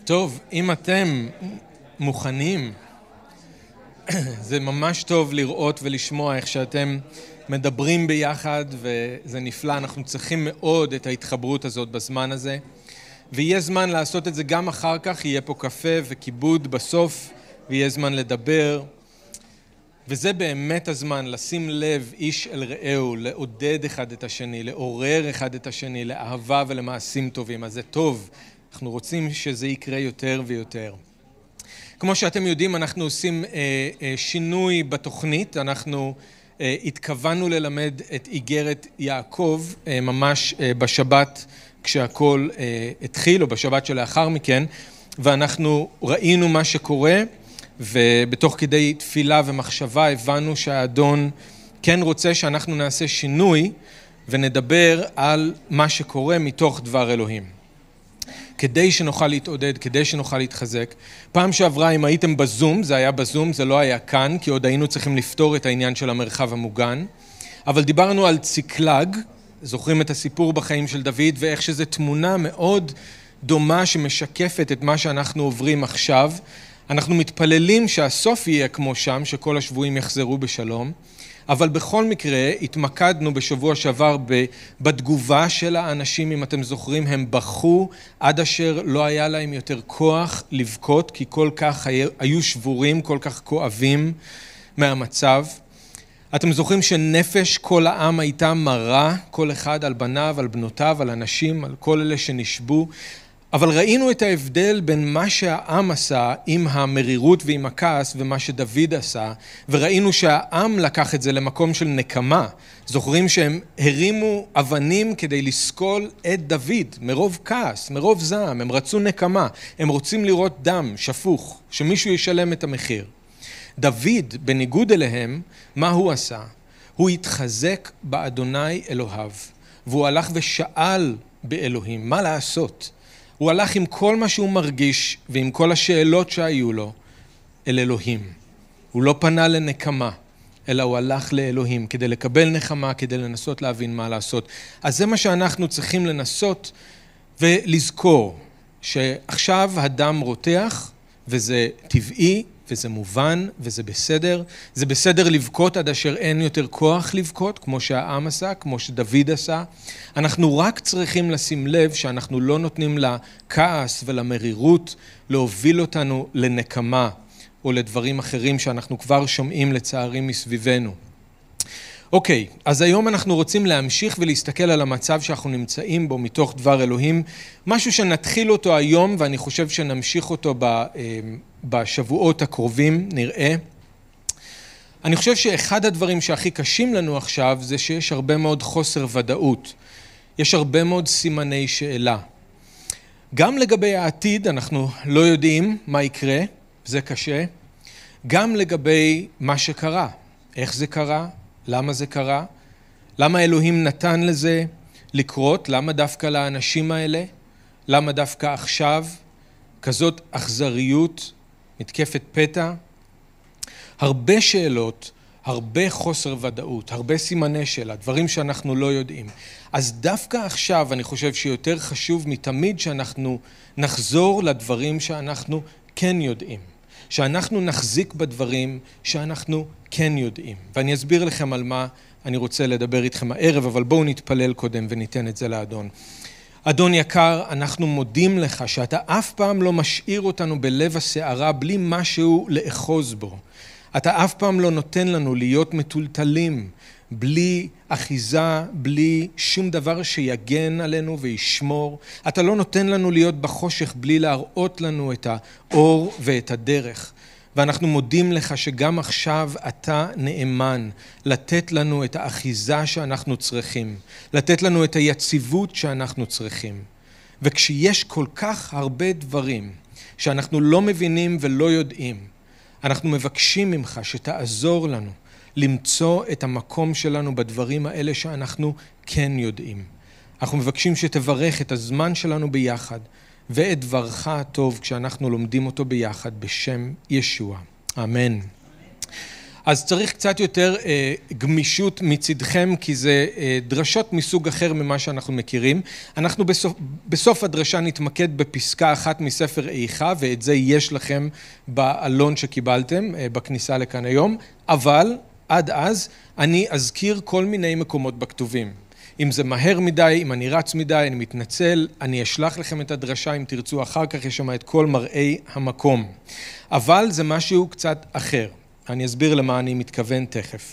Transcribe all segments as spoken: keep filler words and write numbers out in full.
טוב, אם אתם מוכנים, זה ממש טוב לראות ולשמוע איך שאתם מדברים ביחד, וזה נפלא. אנחנו צריכים מאוד את ההתחברות הזאת בזמן הזה, ויהיה זמן לעשות את זה גם אחר כך. יהיה פה קפה וכיבוד בסוף, ויהיה זמן לדבר, וזה באמת הזמן לשים לב איש אל רעהו, לעודד אחד את השני, לעורר אחד את השני, לאהבה ולמעשים טובים. אז זה טוב, אנחנו רוצים שזה יקרה יותר ויותר. כמו שאתם יודעים, אנחנו עושים אה, אה, שינוי בתוכנית. אנחנו אה, התכוונו ללמד את איגרת יעקב אה, ממש אה, בשבת כשהכל אה, התחיל, או בשבת שלאחר מכן, ואנחנו ראינו מה שקורה, ובתוך כדי תפילה ומחשבה הבנו שהאדון כן רוצה שאנחנו נעשה שינוי ונדבר על מה שקורה מתוך דבר אלוהים. כדי שנוכל להתעודד, כדי שנוכל להתחזק. פעם שעברה, אם הייתם בזום, זה היה בזום, זה לא היה כאן, כי עוד היינו צריכים לפתור את העניין של המרחב המוגן. אבל דיברנו על ציקלג, זוכרים את הסיפור בחיים של דוד, ואיך שזו תמונה מאוד דומה שמשקפת את מה שאנחנו עוברים עכשיו. אנחנו מתפללים שהסוף יהיה כמו שם, שכל השבויים יחזרו בשלום. אבל בכל מקרה התמקדנו בשבוע שעבר בתגובה של האנשים. אם אתם זוכרים, הם בכו עד אשר לא היה להם יותר כוח לבכות, כי כל כך היו שבורים, כל כך כואבים מהמצב. אתם זוכרים שנפש כל העם הייתה מרה, כל אחד על בניו, על בנותיו, על אנשים, על כל אלה שנשבו. אבל ראינו את ההבדל בין מה שהעם עשה עם המרירות ועם הכעס ומה שדוד עשה, וראינו שהעם לקח את זה למקום של נקמה. זוכרים שהם הרימו אבנים כדי לסקול את דוד, מרוב כעס, מרוב זעם, הם רצו נקמה, הם רוצים לראות דם שפוך, שמישהו ישלם את המחיר. דוד, בניגוד אליהם, מה הוא עשה? הוא התחזק באדוני אלוהיו, והוא הלך ושאל באלוהים, מה לעשות? הוא הלך עם כל מה שהוא מרגיש ועם כל השאלות שהיו לו אל אלוהים. הוא לא פנה לנקמה, אלא הוא הלך לאלוהים כדי לקבל נחמה, כדי לנסות להבין מה לעשות. אז זה מה שאנחנו צריכים לנסות ולזכור, שעכשיו הדם רותח, וזה טבעי, וזה מובן, וזה בסדר. זה בסדר לבכות עד אשר אין יותר כוח לבכות, כמו שהעם עשה, כמו שדוד עשה. אנחנו רק צריכים לשים לב שאנחנו לא נותנים לכעס ולמרירות להוביל אותנו לנקמה, או לדברים אחרים שאנחנו כבר שומעים לצערים מסביבנו. אוקיי, אז היום אנחנו רוצים להמשיך ולהסתכל על המצב שאנחנו נמצאים בו מתוך דבר אלוהים, משהו שנתחיל אותו היום, ואני חושב שנמשיך אותו בשבועות הקרובים, נראה. אני חושב שאחד הדברים שהכי קשים לנו עכשיו זה שיש הרבה מאוד חוסר ודאות. יש הרבה מאוד סימני שאלה. גם לגבי העתיד אנחנו לא יודעים מה יקרה, זה קשה. גם לגבי מה שקרה, איך זה קרה, למה זה קרה, למה אלוהים נתן לזה לקרות, למה דווקא לאנשים האלה, למה דווקא עכשיו, כזאת אכזריות, מתקפת פתע. הרבה שאלות, הרבה חוסר ודאות, הרבה סימני שאלה, דברים שאנחנו לא יודעים. אז דווקא עכשיו אני חושב שיותר חשוב מתמיד שאנחנו נחזור לדברים שאנחנו כן יודעים. שאנחנו נחזיק בדברים שאנחנו כן יודעים. ואני אסביר לכם על מה אני רוצה לדבר איתכם הערב, אבל בואו נתפלל קודם וניתן את זה לאדון. אדון יקר, אנחנו מודים לך שאתה אף פעם לא משאיר אותנו בלב הסערה בלי משהו לאחוז בו. אתה אף פעם לא נותן לנו להיות מטולטלים, בלי אחיזה, בלי שום דבר שיגן עלינו וישמור. אתה לא נותן לנו להיות בחושך בלי להראות לנו את האור ואת הדרך. ואנחנו מודים לך שגם עכשיו אתה נאמן לתת לנו את האחיזה שאנחנו צריכים, לתת לנו את היציבות שאנחנו צריכים. וכשיש כל כך הרבה דברים שאנחנו לא מבינים ולא יודעים, אנחנו מבקשים ממך שתעזור לנו למצוא את המקום שלנו בדברים האלה שאנחנו כן יודעים. אנחנו מבקשים שתברך את הזמן שלנו ביחד, ואת דברך הטוב כשאנחנו לומדים אותו ביחד בשם ישוע. אמן. אז צריך קצת יותר אה, גמישות מצדכם, כי זה אה, דרשות מסוג אחר ממה שאנחנו מכירים. אנחנו בסוף, בסוף הדרשה נתמקד בפסקה אחת מספר איכה, ואת זה יש לכם בעלון שקיבלתם אה, בכניסה לכאן היום, אבל עד אז אני אזכיר כל מיני מקומות בכתובים. אם זה מהר מדי, אם אני רץ מדי, אני מתנצל, אני אשלח לכם את הדרשה אם תרצו אחר כך, יש שם את כל מראי המקום. אבל זה משהו קצת אחר. אני אסביר למה אני מתכוון תכף.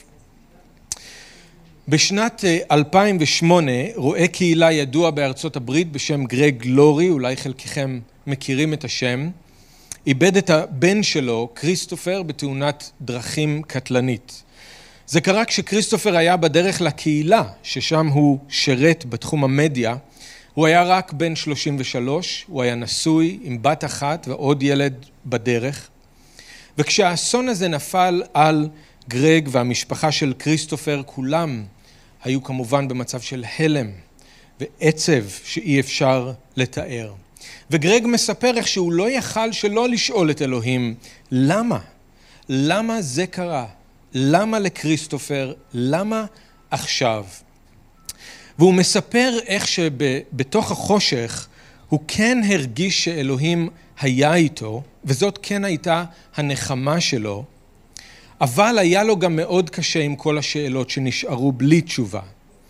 בשנת אלפיים ושמונה רואה קהילה ידוע בארצות הברית בשם גרג גלורי, אולי חלקכם מכירים את השם, איבד את הבן שלו, כריסטופר, בתאונת דרכים קטלנית. זה קרה כשכריסטופר היה בדרך לקהילה, ששם הוא שרת בתחום המדיה. הוא היה רק בן שלושים ושלוש, הוא היה נשוי עם בת אחת ועוד ילד בדרך. וכשהאסון הזה נפל על גרג והמשפחה של כריסטופר, כולם היו כמובן במצב של הלם ועצב שאי אפשר לתאר. וגרג מספר איך שהוא לא יכל שלא לשאול את אלוהים, למה? למה זה קרה? למה לכריסטופר? למה עכשיו? והוא מספר איך שבתוך החושך הוא כן הרגיש שאלוהים היה איתו, וזאת כן הייתה הנחמה שלו, אבל היה לו גם מאוד קשה עם כל השאלות שנשארו בלי תשובה.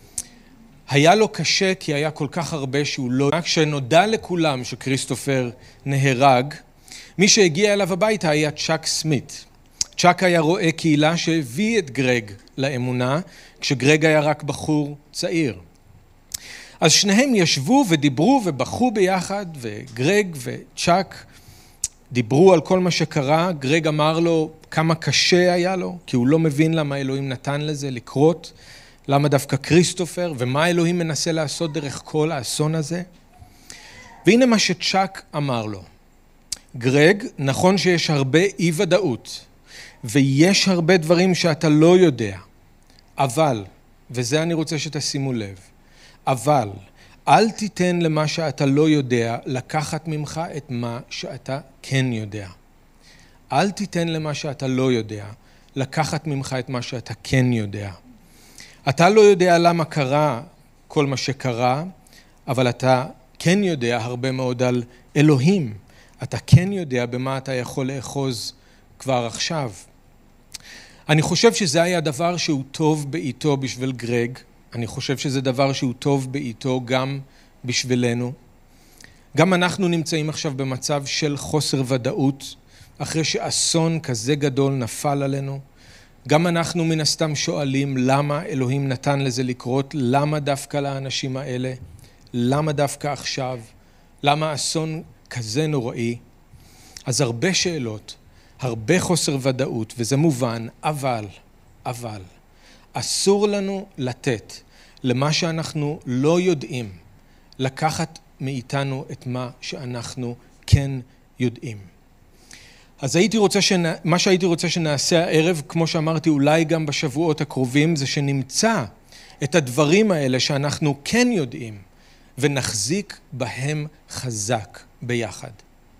היה לו קשה כי היה כל כך הרבה שהוא לא... רק כשנודע לכולם שכריסטופר נהרג, מי שהגיע אליו הביתה היה צ'אק סמית. צ'אק היה רואה קהילה שהביא את גרג לאמונה, כשגרג היה רק בחור צעיר. אז שניהם ישבו ודיברו ובכו ביחד, וגרג וצ'אק דיברו על כל מה שקרה. גרג אמר לו כמה קשה היה לו, כי הוא לא מבין למה אלוהים נתן לזה לקרות, למה דווקא כריסטופר, ומה אלוהים מנסה לעשות דרך כל האסון הזה. והנה מה שצ'אק אמר לו. גרג, נכון שיש הרבה אי ודאות, ויש הרבה דברים שאתה לא יודע, אבל, וזה אני רוצה שתשימו לב, אבל אל תיתן למה שאתה לא יודע לקחת ממך את מה שאתה כן יודע. אל תיתן למה שאתה לא יודע לקחת ממך את מה שאתה כן יודע. אתה לא יודע למה קרה כל מה שקרה, אבל אתה כן יודע הרבה מאוד על אלוהים. אתה כן יודע במה אתה יכול לאחוז כבר עכשיו. אני חושב שזה היה דבר שהוא טוב בעיתו בשביל גרג. אני חושב שזה דבר שהוא טוב בעיתו גם בשבילנו. גם אנחנו נמצאים עכשיו במצב של חוסר ודאות, אחרי שאסון כזה גדול נפל עלינו. גם אנחנו מן הסתם שואלים למה אלוהים נתן לזה לקרות, למה דווקא לאנשים האלה, למה דווקא עכשיו, למה אסון כזה נוראי. אז הרבה שאלות, הרבה חוסר ודאות, וזה מובן, אבל, אבל, אסור לנו לתת למה שאנחנו לא יודעים, לקחת מאיתנו את מה שאנחנו כן יודעים. אז הייתי רוצה שנ... מה שהייתי רוצה שנעשה הערב, כמו שאמרתי, אולי גם בשבועות הקרובים, זה שנמצא את הדברים האלה שאנחנו כן יודעים, ונחזיק בהם חזק ביחד.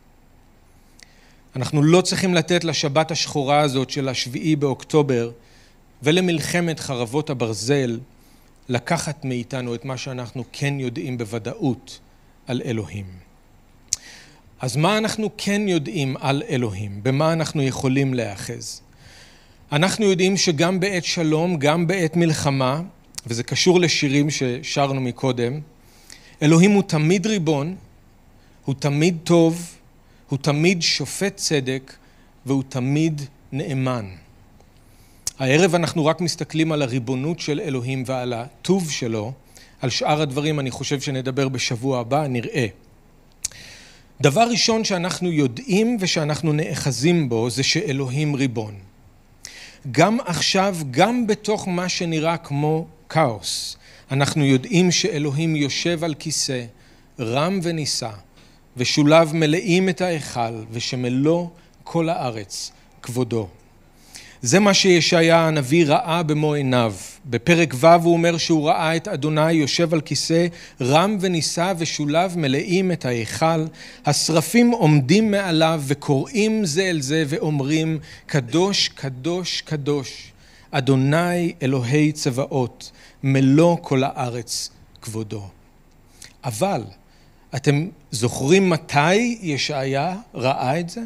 אנחנו לא צריכים לתת לשבת השחורה הזאת של השביעי באוקטובר, ולמלחמת חרבות הברזל, לקחת מאיתנו את מה שאנחנו כן יודעים בוודאות על אלוהים. אז מה אנחנו כן יודעים על אלוהים? במה אנחנו יכולים להאחז? אנחנו יודעים שגם בעת שלום, גם בעת מלחמה, וזה קשור לשירים ששרנו מקודם, אלוהים הוא תמיד ריבון, הוא תמיד טוב, הוא תמיד שופט צדק, והוא תמיד נאמן. הערב אנחנו רק מסתכלים על הריבונות של אלוהים ועל הטוב שלו, על שאר הדברים אני חושב שנדבר בשבוע הבא, נראה. דבר ראשון שאנחנו יודעים ושאנחנו נאחזים בו זה שאלוהים ריבון. גם עכשיו, גם בתוך מה שנראה כמו כאוס, אנחנו יודעים שאלוהים יושב על כיסא, רם ונישא, ושולב מלאים את ההיכל, ושמלוא כל הארץ כבודו. זה מה שישעיה הנביא ראה במו עיניו. בפרק ו' הוא אומר שהוא ראה את אדוני יושב על כיסא, רם ונישא ושוליו מלאים את ההיכל. השרפים עומדים מעליו וקוראים זה אל זה ואומרים, קדוש, קדוש, קדוש, אדוני אלוהי צבאות, מלוא כל הארץ כבודו. אבל אתם זוכרים מתי ישעיה ראה את זה?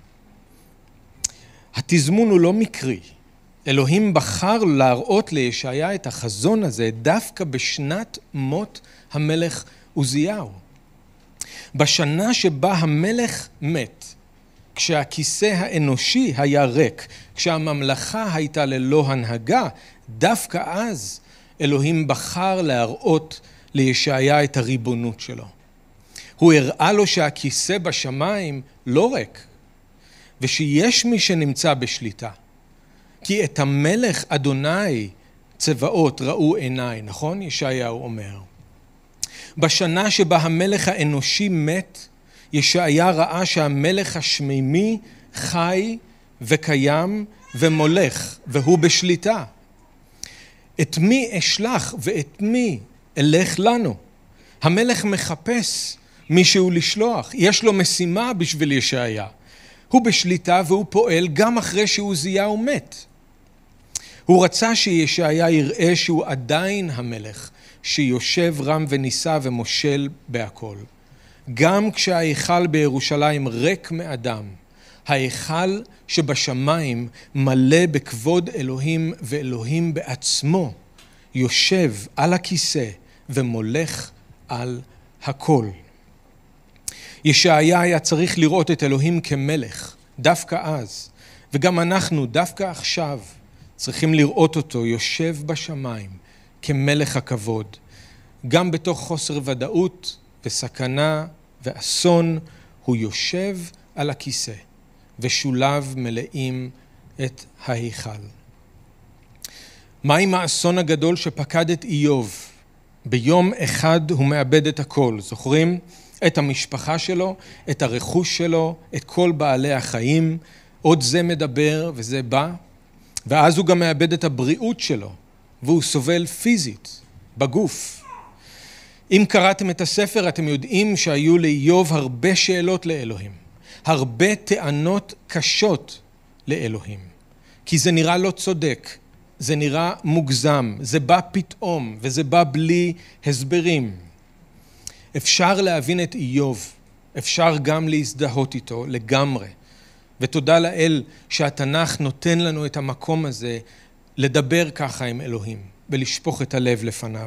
התזמון הוא לא מקרי. אלוהים בחר להראות לישעיה את החזון הזה דווקא בשנת מות המלך עוזיהו. בשנה שבה המלך מת, כשהכיסא האנושי היה ריק, כשהממלכה הייתה ללא הנהגה, דווקא אז אלוהים בחר להראות לישעיה את הריבונות שלו. הוא הראה לו שהכיסא בשמיים לא ריק, ושיש מי שנמצא בשליטה. כי את המלך אדוני צבאות ראו עיניי, נכון? ישעיהו אומר. בשנה שבה המלך האנושי מת, ישעיה ראה שהמלך השמימי חי וקיים ומולך, והוא בשליטה. את מי אשלח ואת מי אלך לנו? המלך מחפש מישהו לשלוח, יש לו משימה בשביל ישעיה. הוא בשליטה והוא פועל גם אחרי שעוזיהו מת. הוא רצה שישעיה יראה שהוא עדיין המלך, שיושב רם ונישא ומושל בהכל. גם כשההיכל בירושלים ריק מאדם, ההיכל שבשמיים מלא בכבוד אלוהים ואלוהים בעצמו, יושב על הכיסא ומולך על הכל. ישעיה היה צריך לראות את אלוהים כמלך, דווקא אז, וגם אנחנו דווקא עכשיו צריכים לראות אותו יושב בשמיים כמלך הכבוד. גם בתוך חוסר ודאות וסכנה ואסון, הוא יושב על הכיסא ושוליו מלאים את ההיכל. מה עם האסון הגדול שפקד את איוב? ביום אחד הוא מאבד את הכל, זוכרים? את המשפחה שלו, את הרכוש שלו, את כל בעלי החיים, עוד זה מדבר וזה בא, ואז הוא גם מאבד את הבריאות שלו, והוא סובל פיזית, בגוף. אם קראתם את הספר, אתם יודעים שהיו לאיוב הרבה שאלות לאלוהים, הרבה טענות קשות לאלוהים, כי זה נראה לא צודק, זה נראה מוגזם, זה בא פתאום, וזה בא בלי הסברים. אפשר להבין את איוב, אפשר גם להזדהות איתו לגמרי. ותודה לאל שהתנ"ך נותן לנו את המקום הזה לדבר ככה עם אלוהים ולשפוך את הלב לפניו.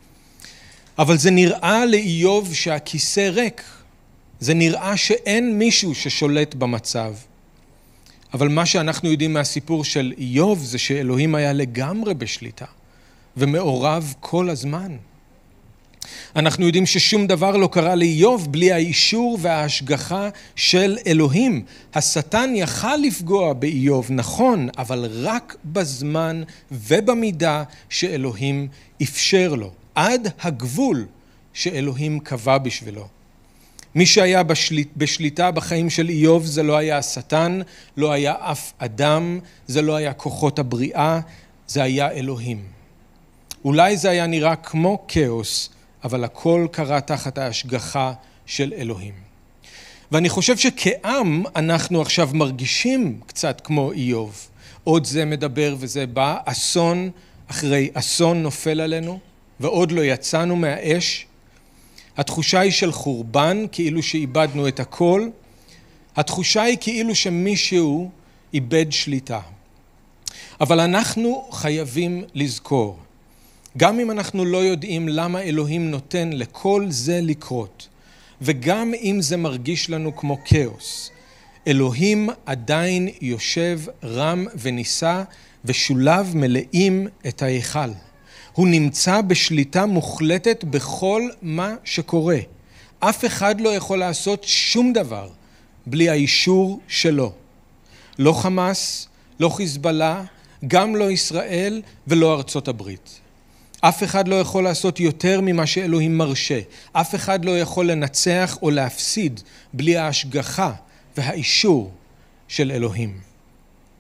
אבל זה נראה לאיוב שהכיסא ריק. זה נראה שאין מישהו ששולט במצב. אבל מה שאנחנו יודעים מהסיפור של איוב זה שאלוהים היה לגמרי בשליטה ומעורב כל הזמן. אנחנו יודעים ששום דבר לא קרה לאיוב בלי האישור וההשגחה של אלוהים. השטן יכל לפגוע באיוב, נכון, אבל רק בזמן ובמידה שאלוהים אפשר לו, עד הגבול שאלוהים קבע בשבילו. מי שהיה בשליט, בשליטה בחיים של איוב זה לא היה השטן, לא היה אף אדם, זה לא היה כוחות הבריאה, זה היה אלוהים. אולי זה היה נראה כמו כאוס, אבל הכל קרה תחת ההשגחה של אלוהים. ואני חושב שכעם אנחנו עכשיו מרגישים קצת כמו איוב. עוד זה מדבר וזה בא, אסון אחרי אסון נופל עלינו, ועוד לא יצאנו מהאש. התחושה היא של חורבן, כאילו שאיבדנו את הכל. התחושה היא כאילו שמישהו איבד שליטה. אבל אנחנו חייבים לזכור, גם אם אנחנו לא יודעים למה אלוהים נותן לכל זה לקרות, וגם אם זה מרגיש לנו כמו כאוס, אלוהים עדיין יושב רם ונישא ושוליו מלאים את ההיכל. הוא נמצא בשליטה מוחלטת בכל מה שקורה. אף אחד לא יכול לעשות שום דבר בלי האישור שלו. לא חמאס, לא חיזבאללה, גם לא ישראל ולא ארצות הברית. אף אחד לא יכול לעשות יותר ממה שאלוהים מרשה. אף אחד לא יכול לנצח או להפסיד בלי ההשגחה והאישור של אלוהים.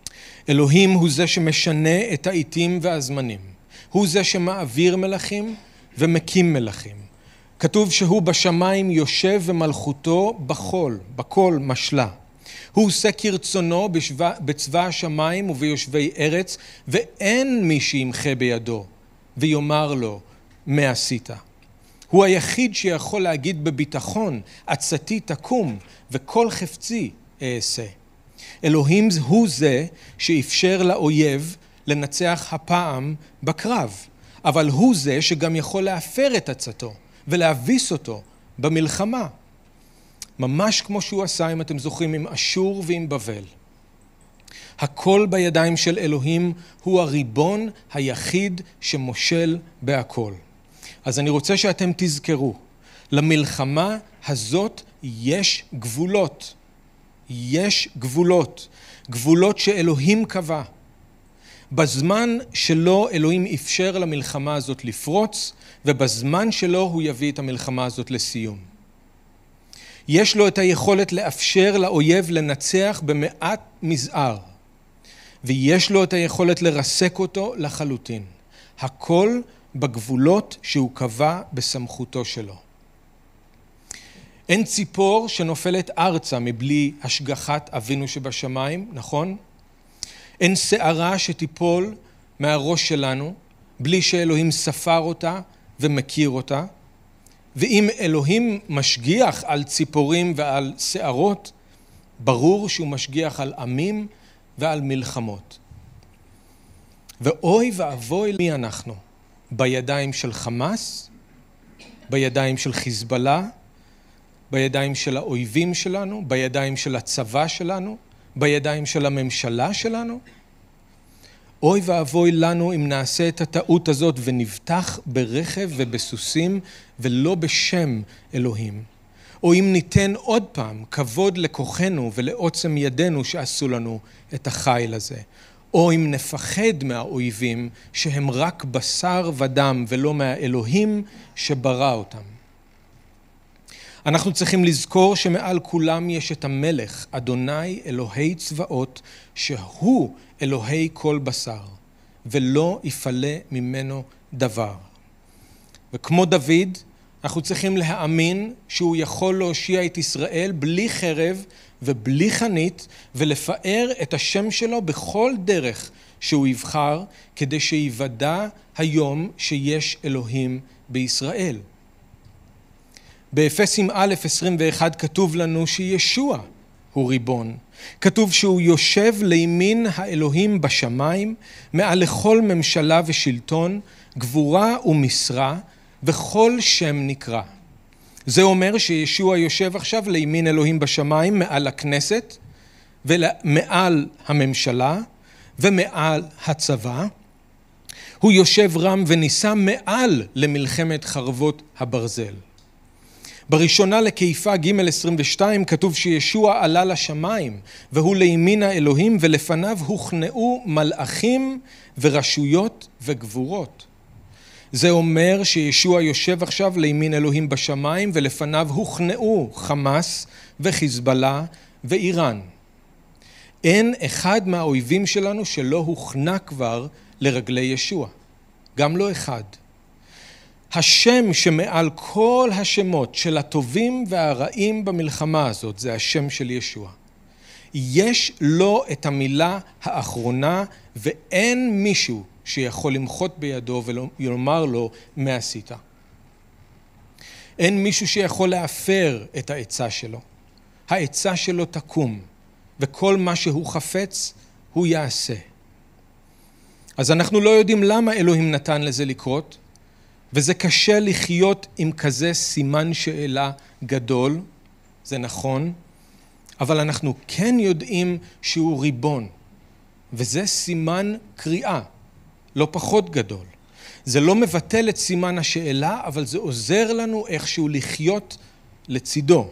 אלוהים הוא זה שמשנה את העיתים והזמנים. הוא זה שמעביר מלכים ומקים מלכים. כתוב שהוא בשמיים יושב ומלכותו בכל, בכל משלה. הוא עושה כרצונו בשבא, בצבא השמיים וביושבי ארץ, ואין מי שימחה בידו ויאמר לו, מה עשית? הוא היחיד שיכול להגיד בביטחון, עצתי תקום וכל חפצי אעשה. אלוהים הוא זה שאפשר לאויב לנצח הפעם בקרב, אבל הוא זה שגם יכול להפר את עצתו ולהביס אותו במלחמה. ממש כמו שהוא עשה, אם אתם זוכרים, עם אשור ועם בבל. הכל בידיים של אלוהים, הוא הריבון היחיד שמושל בהכל. אז אני רוצה שאתם תזכרו, למלחמה הזאת יש גבולות. יש גבולות. גבולות שאלוהים קבע. בזמן שלו אלוהים אפשר למלחמה הזאת לפרוץ, ובזמן שלו הוא יביא את המלחמה הזאת לסיום. יש לו את היכולת לאפשר לאויב לנצח במעט מזער, ויש לו את היכולת לרסק אותו לחלוטין. הכל בגבולות שהוא קבע בסמכותו שלו. אין ציפור שנופלת ארצה מבלי השגחת אבינו שבשמיים, נכון? אין שערה שתיפול מהראש שלנו בלי שאלוהים ספר אותה ומכיר אותה. ואם אלוהים משגיח על ציפורים ועל שערות, ברור שהוא משגיח על עמים ועל מלחמות. ואוי ואבוי מי אנחנו? בידיים של חמאס? בידיים של חיזבאללה? בידיים של האויבים שלנו? בידיים של הצבא שלנו? בידיים של הממשלה שלנו? אוי ואבוי לנו אם נעשה את הטעות הזאת ונבטח ברכב ובסוסים ולא בשם אלוהים. או אם ניתן עוד פעם כבוד לכוחנו ולעוצם ידינו שעשו לנו את החיל הזה. או אם נפחד מהאויבים שהם רק בשר ודם ולא מהאלוהים שברא אותם. אנחנו צריכים לזכור שמעל כולם יש את המלך, אדוני אלוהי צבאות, שהוא אלוהי כל בשר, ולא יפלה ממנו דבר. וכמו דוד, אנחנו צריכים להאמין שהוא יכול להושיע את ישראל בלי חרב ובלי חנית, ולפאר את השם שלו בכל דרך שהוא יבחר, כדי שיוודע היום שיש אלוהים בישראל. באפסים א' עשרים ואחת כתוב לנו שישוע הוא ריבון. כתוב שהוא יושב לימין האלוהים בשמיים, מעל לכל ממשלה ושלטון, גבורה ומשרה, וכל שם נקרא. זה אומר שישוע יושב עכשיו לימין אלוהים בשמיים, מעל הכנסת, ומעל הממשלה, ומעל הצבא. הוא יושב רם ונישא מעל למלחמת חרבות הברזל. בראשונה לקיפה ג' עשרים ושתיים כתוב שישוע עלה לשמיים, והוא לימין האלוהים, ולפניו הוכנעו מלאכים ורשויות וגבורות. זה אומר שישוע יושב עכשיו לימין אלוהים בשמיים, ולפניו הוכנעו חמאס וחיזבאללה ואיראן. אין אחד מהאויבים שלנו שלא הוכנע כבר לרגלי ישוע. גם לא אחד. השם שמעל כל השמות של הטובים והרעים במלחמה הזאת, זה השם של ישוע. יש לו את המילה האחרונה, ואין מישהו שיכול למחות בידו ולומר לו מה עשית. אין מישהו שיכול להפר את העצה שלו. העצה שלו תקום, וכל מה שהוא חפץ הוא יעשה. אז אנחנו לא יודעים למה אלוהים נתן לזה לקרות, וזה קשה לחיות עם כזה סימן שאלה גדול, זה נכון, אבל אנחנו כן יודעים שהוא ריבון, וזה סימן קריאה, לא פחות גדול. זה לא מבטל את סימן השאלה, אבל זה עוזר לנו איכשהו לחיות לצידו.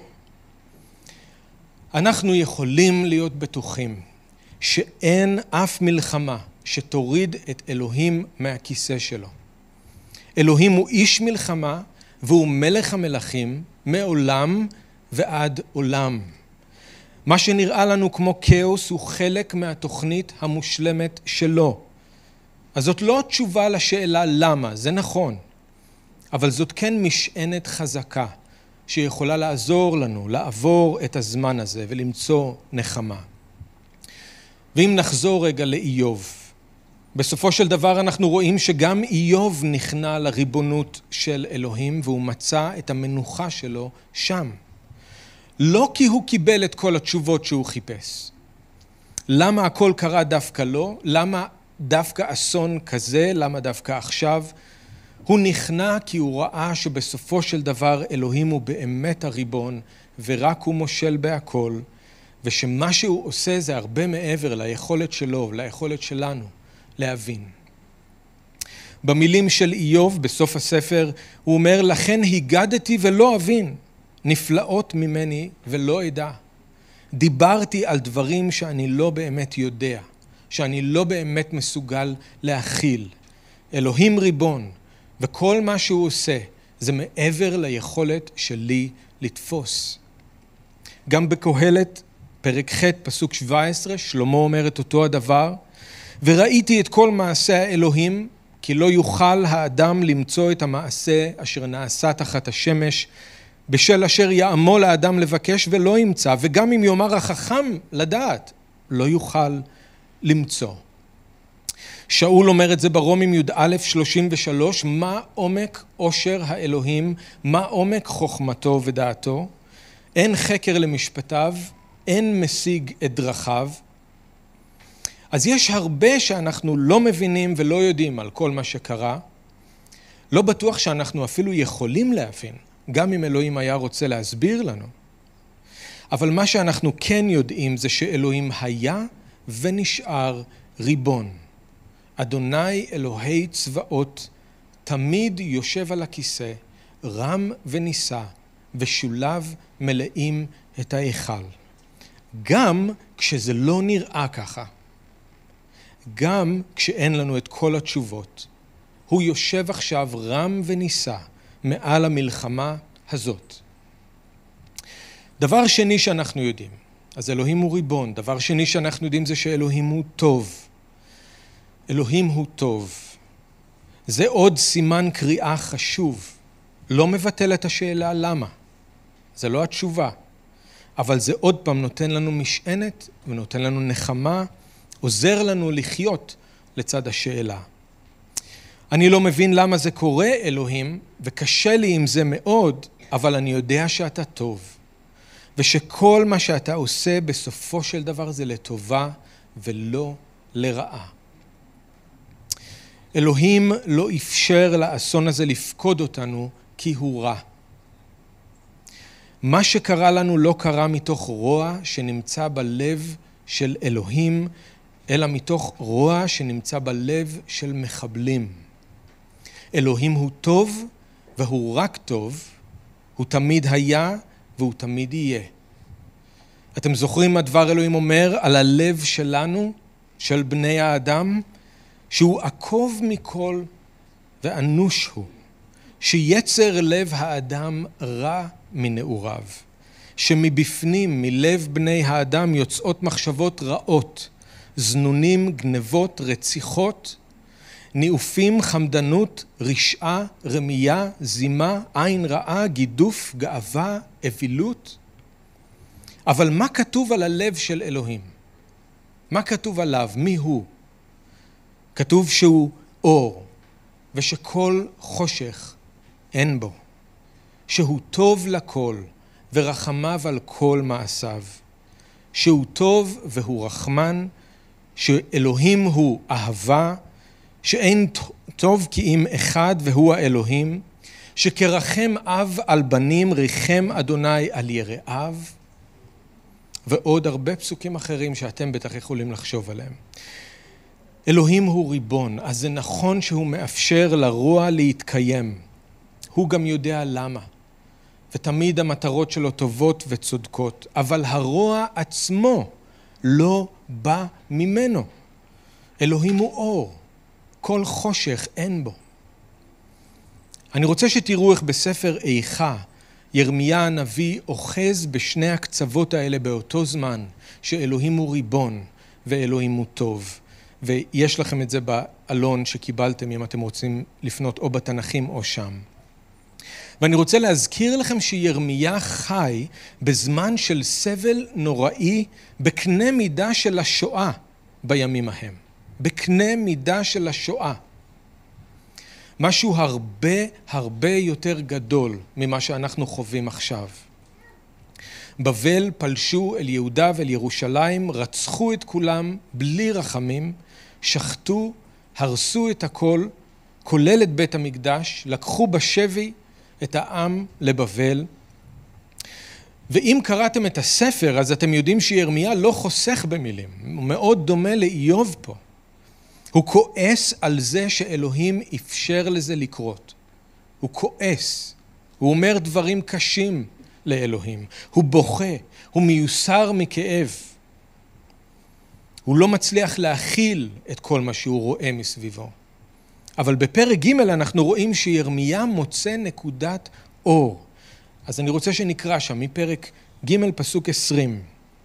אנחנו יכולים להיות בטוחים שאין אף מלחמה שתוריד את אלוהים מהכיסא שלו. אלוהים הוא איש מלחמה, והוא מלך המלכים מעולם ועד עולם. מה שנראה לנו כמו כאוס הוא חלק מהתוכנית המושלמת שלו. אז זאת לא תשובה לשאלה למה, זה נכון. אבל זאת כן משענת חזקה שיכולה לעזור לנו לעבור את הזמן הזה ולמצוא נחמה. ואם נחזור רגע לאיוב, בסופו של דבר אנחנו רואים שגם איוב נכנע לריבונות של אלוהים והוא מצא את המנוחה שלו שם. לא כי הוא קיבל את כל התשובות שהוא חיפש. למה הכל קרה דווקא לו? למה דווקא אסון כזה? למה דווקא עכשיו? הוא נכנע כי הוא ראה שבסופו של דבר אלוהים הוא באמת הריבון ורק הוא מושל בהכל, ושמה שהוא עושה זה הרבה מעבר ליכולת שלו, ליכולת שלנו להבין. במילים של איוב בסוף הספר הוא אומר, לכן הגדתי ולא אבין, נפלאות ממני ולא אדע. דיברתי על דברים שאני לא באמת יודע, שאני לא באמת מסוגל להכיל. אלוהים ריבון, וכל מה שהוא עושה זה מעבר ליכולת שלי לתפוס. גם בקהלת, פרק ח' פסוק שבע עשרה, שלמה אומר את אותו הדבר, וראיתי את כל מעשה האלוהים, כי לא יוכל האדם למצוא את המעשה אשר נעשה תחת השמש, בשל אשר יעמול האדם לבקש ולא ימצא, וגם אם יאמר החכם לדעת, לא יוכל למצוא. שאול אומר את זה ברומים י"א שלושים ושלוש, מה עומק עושר האלוהים, מה עומק חוכמתו ודעתו, אין חקר למשפטיו, אין משיג את דרכיו. אז יש הרבה שאנחנו לא מבינים ולא יודעים על כל מה שקרה. לא בטוח שאנחנו אפילו יכולים להבין, גם אם אלוהים היה רוצה להסביר לנו. אבל מה שאנחנו כן יודעים זה שאלוהים היה ונשאר ריבון. אדוני אלוהי צבאות תמיד יושב על הכיסא, רם ונישא, ושוליו מלאים את ההיכל. גם כשזה לא נראה ככה. גם כשאין לנו את כל התשובות. הוא יושב עכשיו רם ונישא מעל המלחמה הזאת. דבר שני שאנחנו יודעים, אז אלוהים הוא ריבון. דבר שני שאנחנו יודעים זה שאלוהים הוא טוב. אלוהים הוא טוב. זה עוד סימן קריאה חשוב. לא מבטל את השאלה למה. זה לא התשובה. אבל זה עוד פעם נותן לנו משענת ונותן לנו נחמה, עוזר לנו לחיות לצד השאלה. אני לא מבין למה זה קורה, אלוהים, וקשה לי עם זה מאוד, אבל אני יודע שאתה טוב. ושכל מה שאתה עושה בסופו של דבר זה לטובה ולא לרעה. אלוהים לא אפשר לאסון הזה לפקוד אותנו כי הוא רע. מה שקרה לנו לא קרה מתוך רוע שנמצא בלב של אלוהים, אלא מתוך רוע שנמצא בלב של מחבלים. אלוהים הוא טוב והוא רק טוב, הוא תמיד היה והוא תמיד יהיה. אתם זוכרים מה דבר אלוהים אומר על הלב שלנו, של בני האדם? שהוא עקוב מכל ואנוש הוא, שיצר לב האדם רע מנעוריו, שמבפנים מלב בני האדם יוצאות מחשבות רעות, זנונים, גנבות, רציחות, ניאופים, חמדנות, רשעה, רמייה, זימה, עין רעה, גידוף, גאווה, אווילות. אבל מה כתוב על הלב של אלוהים? מה כתוב עליו? מי הוא? כתוב שהוא אור, ושכל חושך אין בו. שהוא טוב לכל, ורחמיו על כל מעשיו. שהוא טוב והוא רחמן, שאלוהים הוא אהבה, שאין טוב כי אם אחד והוא האלוהים, שכרחם אב על בנים ריחם אדוני על יראיו, ועוד הרבה פסוקים אחרים שאתם בטח יכולים לחשוב עליהם. אלוהים הוא ריבון, אז זה נכון שהוא מאפשר לרוע להתקיים. הוא גם יודע למה. ותמיד המטרות שלו טובות וצודקות, אבל הרוע עצמו לא בא ממנו. אלוהים הוא אור, כל חושך אין בו. אני רוצה שתראו איך בספר איכה ירמיה הנביא אוחז בשני הקצוות האלה באותו זמן, שאלוהים הוא ריבון ואלוהים הוא טוב. ויש לכם את זה באלון שקיבלתם אם אתם רוצים לפנות או בתנכים או שם. ואני רוצה להזכיר לכם שירמיה חי בזמן של סבל נוראי בקנה מידה של השואה בימים ההם. בקנה מידה של השואה. משהו הרבה הרבה יותר גדול ממה שאנחנו חווים עכשיו. בבל פלשו אל יהודה ואל ירושלים, רצחו את כולם בלי רחמים, שחטו, הרסו את הכל, כולל את בית המקדש, לקחו בשבי את העם לבבל. ואם קראתם את הספר, אז אתם יודעים שירמיה לא חוסך במילים. הוא מאוד דומה לאיוב פה. הוא כועס על זה שאלוהים אפשר לזה לקרות. הוא כועס. הוא אומר דברים קשים לאלוהים. הוא בוכה. הוא מיוסר מכאב. הוא לא מצליח להכיל את כל מה שהוא רואה מסביבו. אבל בפרק ג' אנחנו רואים שירמיה מוצא נקודת אור. אז אני רוצה שנקרא שם מפרק ג' פסוק עשרים.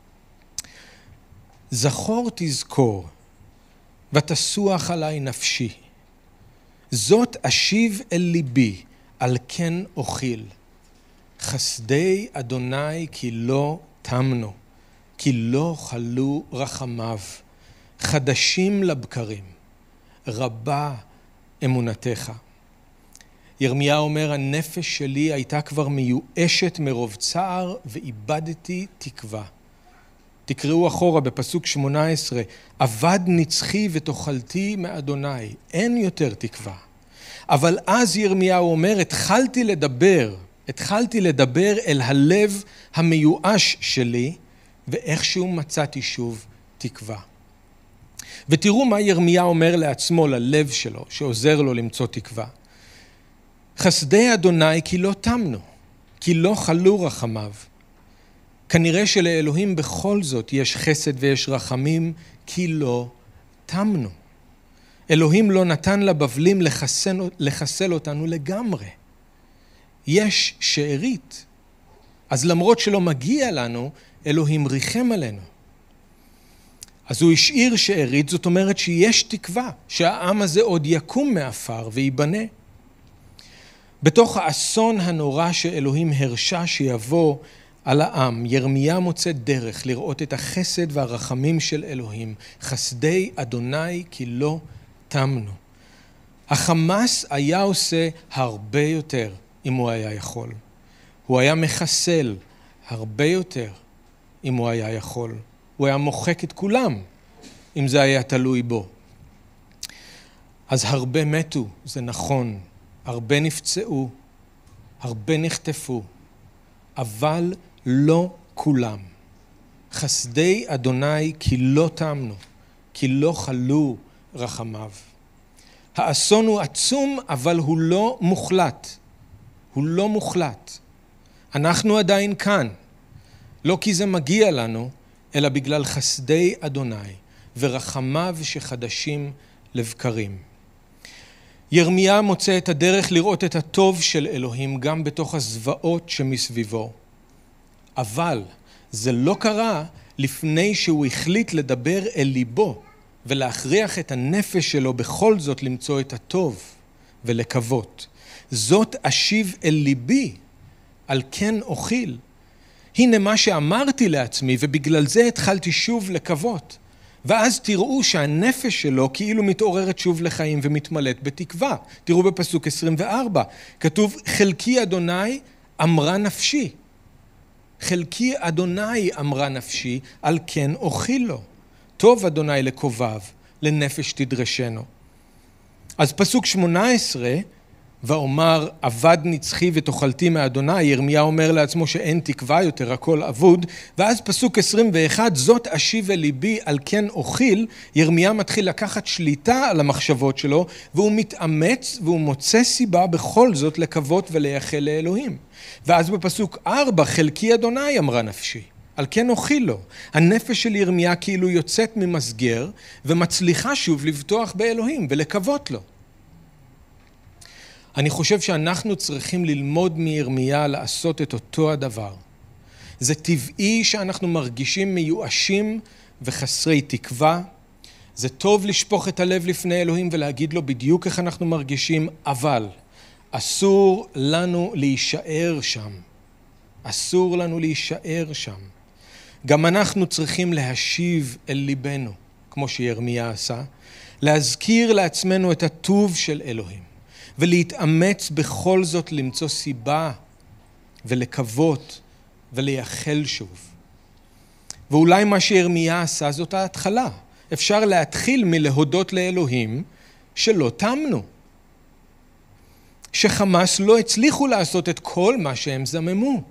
זכור תזכור ותסוח עלי נפשי. זאת אשיב אל ליבי, על כן אוכיל. חסדי אדוני כי לא תמנו, כי לא חלו רחמיו. חדשים לבקרים, רבה אמונתך. ירמיה אומר, הנפש שלי הייתה כבר מיואשת מרוב צער ואיבדתי תקווה. תקראו אחורה בפסוק שמונה עשרה, אבד נצחי ותאכלתי מאדוני, אין יותר תקווה. אבל אז ירמיהו אומר, התחלתי לדבר, התחלתי לדבר אל הלב המיואש שלי, ואיכשהו מצאתי שוב תקווה. ותראו מה ירמיה אומר לעצמו, ללב שלו, שעוזר לו למצוא תקווה. חסדי אדוני כי לא תמנו, כי לא חלו רחמיו. כנראה שלאלוהים בכל זאת יש חסד ויש רחמים, כי לא תמנו. אלוהים לא נתן לבבלים לחסל, לחסל אותנו לגמרי. יש שארית. אז למרות שלא מגיע לנו, אלוהים ריחם עלינו. אז הוא השאיר שארית, זאת אומרת שיש תקווה, שהעם הזה עוד יקום מאפר ויבנה. בתוך האסון הנורא שאלוהים הרשה שיבוא על העם, ירמיה מוצא דרך לראות את החסד והרחמים של אלוהים. חסדי אדוני כי לא תמנו. החמאס היה עושה הרבה יותר אם הוא היה יכול. הוא היה מחסל הרבה יותר אם הוא היה יכול. הוא היה מוחק את כולם אם זה היה תלוי בו. אז הרבה מתו, זה נכון. הרבה נפצעו, הרבה נחטפו, אבל לא כולם. חסדי אדוני כי לא תמנו, כי לא חלו רחמיו. האסון הוא עצום, אבל הוא לא מוחלט. הוא לא מוחלט. אנחנו עדיין כאן, לא כי זה מגיע לנו, אלא בגלל חסדי אדוני ורחמיו שחדשים לבקרים. ירמיה מוצא את הדרך לראות את הטוב של אלוהים גם בתוך הזוועות שמסביבו. אבל זה לא קרה לפני שהוא החליט לדבר אל ליבו ולהכריח את הנפש שלו בכל זאת למצוא את הטוב ולקוות. זאת אשיב אל ליבי, על כן אוכיל. הנה מה שאמרתי לעצמי ובגלל זה התחלתי שוב לקוות. ואז תראו שהנפש שלו כאילו מתעוררת שוב לחיים ומתמלאת בתקווה. תראו בפסוק עשרים וארבע, כתוב חלקי אדוני אמרה נפשי. חלקי אדוני אמרה נפשי, על כן אוכיל לו. טוב אדוני לקובב, לנפש תדרשנו. אז פסוק שמונה עשרה, ואומר אבד נצחי ותאכלתי מאדוני, ירמיה אומר לעצמו שאין תקווה יותר, הכל אבוד. ואז פסוק עשרים ואחת, זאת אשיב אל ליבי, על כן אוכיל. ירמיה מתחיל לקחת שליטה על המחשבות שלו, והוא מתאמץ והוא מוצא סיבה בכל זאת לקוות ולייחל לאלוהים. ואז בפסוק ארבע, חלקי אדוני אמרה נפשי, על כן אוכיל לו. הנפש של ירמיה כאילו יוצאת ממסגר ומצליחה שוב לבטוח באלוהים ולקוות לו. אני חושב שאנחנו צריכים ללמוד מירמיה לעשות את אותו הדבר. זה טבעי שאנחנו מרגישים מיואשים וחסרי תקווה. זה טוב לשפוך את הלב לפני אלוהים ולהגיד לו בדיוק איך אנחנו מרגישים, אבל אסור לנו להישאר שם. אסור לנו להישאר שם. גם אנחנו צריכים להשיב אל ליבנו, כמו שירמיה עשה, להזכיר לעצמנו את הטוב של אלוהים, ולהתאמץ בכל זאת למצוא סיבה ולקוות ולייחל שוב. ואולי מה שירמיה עשה זאת ההתחלה. אפשר להתחיל מלהודות לאלוהים שלא תמנו. שחמאס לא הצליחו לעשות את כל מה שהם זממו.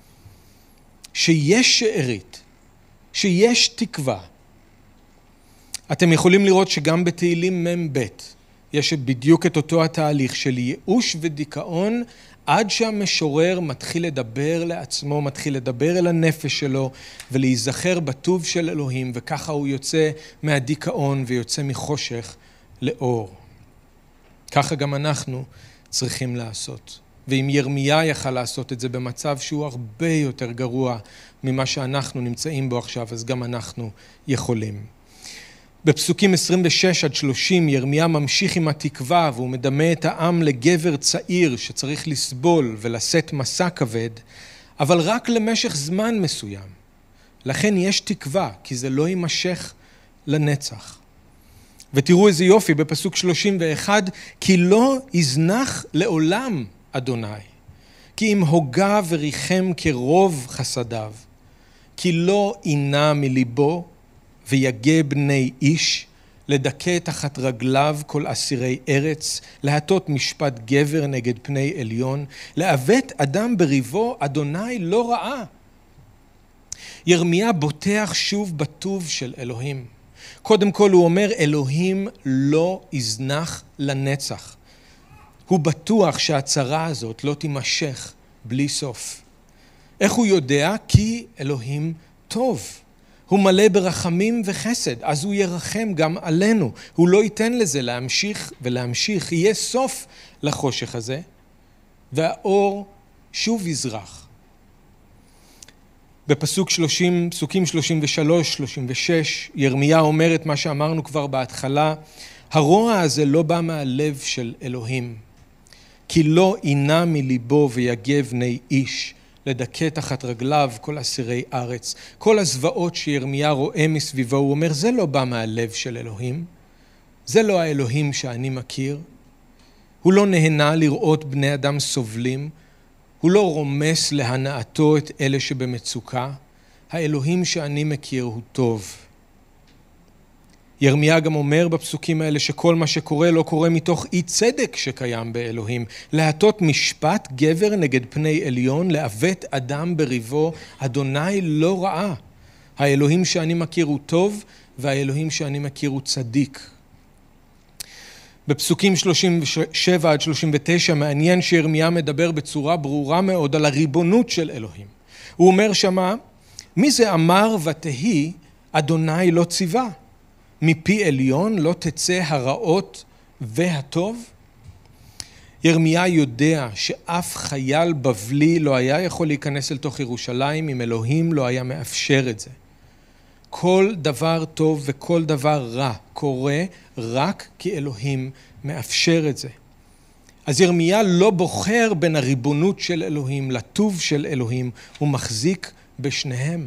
שיש שארית, שיש תקווה. אתם יכולים לראות שגם בתהילים מ"ב יש בדיוק את אותו התהליך של ייאוש ודיכאון, עד שהמשורר מתחיל לדבר לעצמו, מתחיל לדבר אל הנפש שלו, ולהיזכר בטוב של אלוהים, וככה הוא יוצא מהדיכאון ויוצא מחושך לאור. ככה גם אנחנו צריכים לעשות. ואם ירמיה יכל לעשות את זה במצב שהוא הרבה יותר גרוע ממה שאנחנו נמצאים בו עכשיו, אז גם אנחנו יכולים. בפסוקים עשרים ושש עד שלושים ירמיה ממשיך עם התקווה, והוא מדמה את העם לגבר צעיר שצריך לסבול ולשאת מסע כבד, אבל רק למשך זמן מסוים. לכן יש תקווה, כי זה לא יימשך לנצח. ותראו איזה יופי בפסוק שלושים ואחת, כי לא יזנח לעולם אדוני, כי אם הוגה וריחם כרוב חסדיו, כי לא עינה מליבו ויגה בני איש, לדכא תחת רגליו כל אסירי ארץ, להטות משפט גבר נגד פני עליון, לעוות אדם בריבו, אדוני לא ראה. ירמיה בוטח שוב בטוב של אלוהים. קודם כל הוא אומר, אלוהים לא יזנח לנצח. הוא בטוח שהצרה הזאת לא תימשך בלי סוף. איך הוא יודע? כי אלוהים טוב. הוא מלא ברחמים וחסד, אז הוא ירחם גם עלינו. הוא לא ייתן לזה להמשיך ולהמשיך. יהיה סוף לחושך הזה, והאור שוב יזרח. בפסוק שלושים, פסוקים שלושים ושלוש, שלושים ושש, ירמיה אומר את מה שאמרנו כבר בהתחלה, הרוע הזה לא בא מהלב של אלוהים, כי לא עינה מליבו ויגה בני איש, לדכא תחת רגליו כל אסירי ארץ. כל הזוועות שירמיה רואה מסביבו, הוא אומר, זה לא בא מהלב של אלוהים, זה לא האלוהים שאני מכיר. הוא לא נהנה לראות בני אדם סובלים, הוא לא רומס להנאתו את אלה שבמצוקה. האלוהים שאני מכיר הוא טוב. ירמיה גם אומר בפסוקים האלה שכל מה שקורה לא קורה מתוך אי צדק שקיים באלוהים. להטות משפט גבר נגד פני עליון, לעוות אדם בריבו, אדוני לא ראה. האלוהים שאני מכיר הוא טוב, והאלוהים שאני מכיר הוא צדיק. בפסוקים שלושים ושבע עד שלושים ותשע מעניין שירמיה מדבר בצורה ברורה מאוד על הריבונות של אלוהים. הוא אומר שמה, מי זה אמר ותהי אדוני לא ציווה? מפי עליון לא תצא הרעות והטוב? ירמיה יודע שאף חייל בבלי לא היה יכול להיכנס אל תוך ירושלים אם אלוהים לא היה מאפשר את זה. כל דבר טוב וכל דבר רע קורה רק כי אלוהים מאפשר את זה. אז ירמיה לא בוחר בין הריבונות של אלוהים לטוב של אלוהים, הוא מחזיק בשניהם.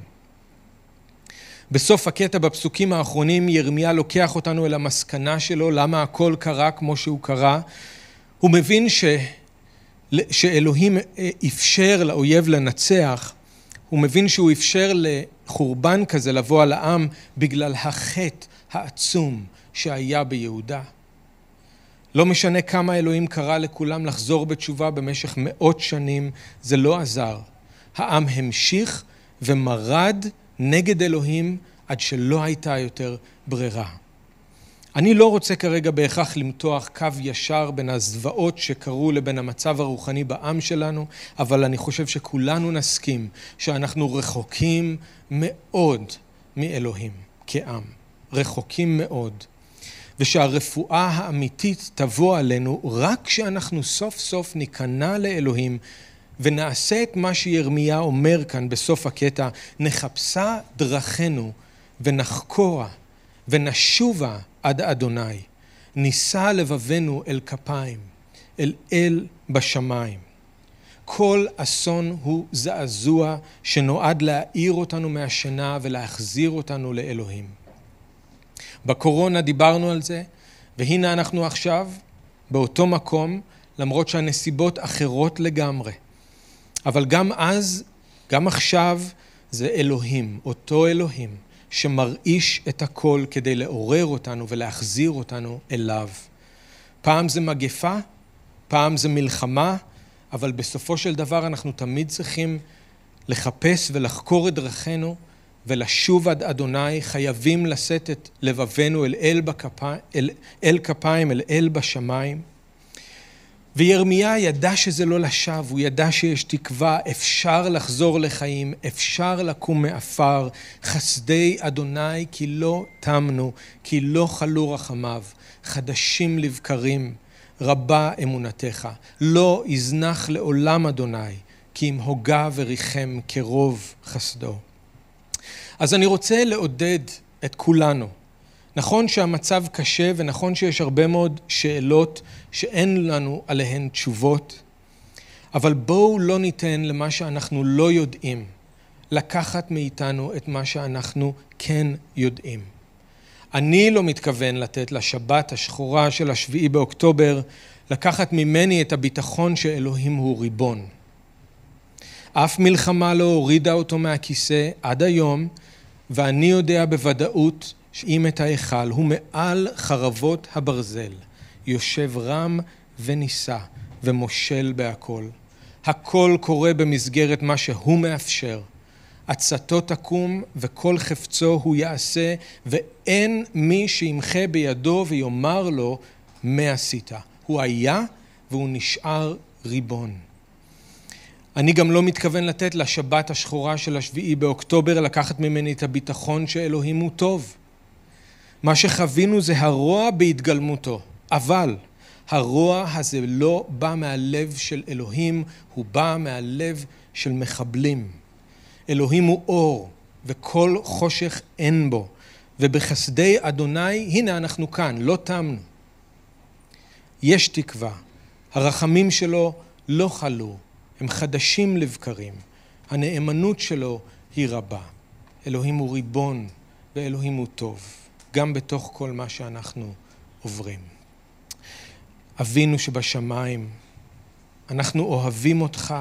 בסוף הקטע בפסוקים האחרונים ירמיה לוקח אותנו אל המסקנה שלו, למה הכל קרה כמו שהוא קרה. הוא מבין ש... שאלוהים אפשר לאויב לנצח, הוא מבין שהוא אפשר לחורבן כזה לבוא על העם בגלל החטא העצום שהיה ביהודה. לא משנה כמה אלוהים קרא לכולם לחזור בתשובה במשך מאות שנים, זה לא עזר. העם המשיך ומרד נגד אלוהים עד שלא הייתה יותר ברירה. אני לא רוצה כרגע בהכרח למתוח קו ישר בין הזוועות שקרו לבין המצב הרוחני בעם שלנו, אבל אני חושב שכולנו נסכים שאנחנו רחוקים מאוד מאלוהים כעם. רחוקים מאוד. ושהרפואה האמיתית תבוא עלינו רק כשאנחנו סוף סוף ניכנע לאלוהים ונעשה את מה שירמיה אומר כאן בסוף הקטע, נחפשה דרכנו ונחקורה ונשובה עד אדוני, נישא לבבנו אל כפיים, אל אל בשמיים. כל אסון הוא זעזוע שנועד להעיר אותנו מהשינה ולהחזיר אותנו לאלוהים. בקורונה דיברנו על זה, והנה אנחנו עכשיו באותו מקום, למרות שהנסיבות אחרות לגמרי. אבל גם אז, גם עכשיו, זה אלוהים, אותו אלוהים, שמרעיש את הכל כדי לעורר אותנו ולהחזיר אותנו אליו. פעם זה מגפה, פעם זה מלחמה, אבל בסופו של דבר אנחנו תמיד צריכים לחפש ולחקור את דרכנו ולשוב עד אדוני, חייבים לשאת את לבבנו אל אל, בכפיים, אל, אל כפיים, אל אל בשמיים. וירמיה ידע שזה לא לשווא, הוא ידע שיש תקווה, אפשר לחזור לחיים, אפשר לקום מאפר, חסדי אדוני כי לא תמנו, כי לא חלו רחמיו, חדשים לבקרים, רבה אמונתך, לא יזנח לעולם אדוני, כי אם הוגה וריחם כרוב חסדו. אז אני רוצה לעודד את כולנו. נכון שהמצב קשה ונכון שיש הרבה מאוד שאלות שאין לנו עליהן תשובות, אבל בואו לא ניתן למה שאנחנו לא יודעים לקחת מאיתנו את מה שאנחנו כן יודעים. אני לא מתכוון לתת לשבת השחורה של השביעי באוקטובר לקחת ממני את הביטחון שאלוהים הוא ריבון. אף מלחמה לא הורידה אותו מהכיסא עד היום, ואני יודע בוודאות שאם את ההיכל הוא מעל חרבות הברזל, יושב רם ונישא ומושל בהכל. הכל קורה במסגרת מה שהוא מאפשר. עצתו תקום וכל חפצו הוא יעשה, ואין מי שימחה בידו ויאמר לו מה עשית. הוא היה והוא נשאר ריבון. אני גם לא מתכוון לתת לשבת השחורה של השביעי באוקטובר לקחת ממני את הביטחון שאלוהים הוא טוב. מה שחווינו זה הרוע בהתגלמותו, אבל הרוע הזה לא בא מהלב של אלוהים, הוא בא מהלב של מחבלים. אלוהים הוא אור, וכל חושך אין בו, ובחסדי אדוני, הנה אנחנו כאן, לא תמנו. יש תקווה, הרחמים שלו לא חלו, הם חדשים לבקרים, הנאמנות שלו היא רבה. אלוהים הוא ריבון, ואלוהים הוא טוב, גם בתוך כל מה שאנחנו עוברים. אבינו שבשמיים, אנחנו אוהבים אותך,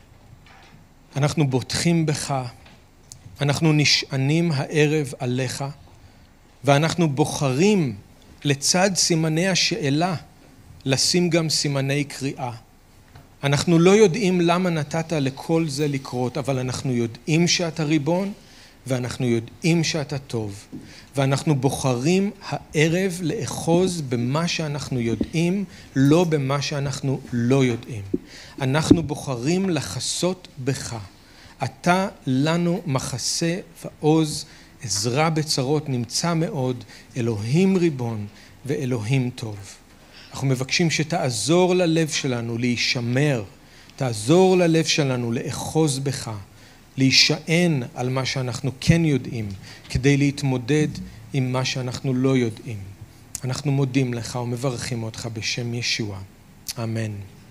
אנחנו בוטחים בך, אנחנו נשענים הערב עליך, ואנחנו בוחרים לצד סימני השאלה, לשים גם סימני קריאה. אנחנו לא יודעים למה נתת לכל זה לקרות, אבל אנחנו יודעים שאתה ריבון, ואנחנו יודעים שאתה טוב. ואנחנו בוחרים הערב לאחוז במה שאנחנו יודעים, לא במה שאנחנו לא יודעים. אנחנו בוחרים לחסות בך. אתה לנו מחסה ועוז, עזרה בצרות נמצא מאוד, אלוהים ריבון ואלוהים טוב. אנחנו מבקשים שתעזור ללב שלנו להישמר, תעזור ללב שלנו לאחוז בך, להישען על מה שאנחנו כן יודעים, כדי להתמודד עם מה שאנחנו לא יודעים. אנחנו מודים לך ומברכים אותך בשם ישוע. אמן.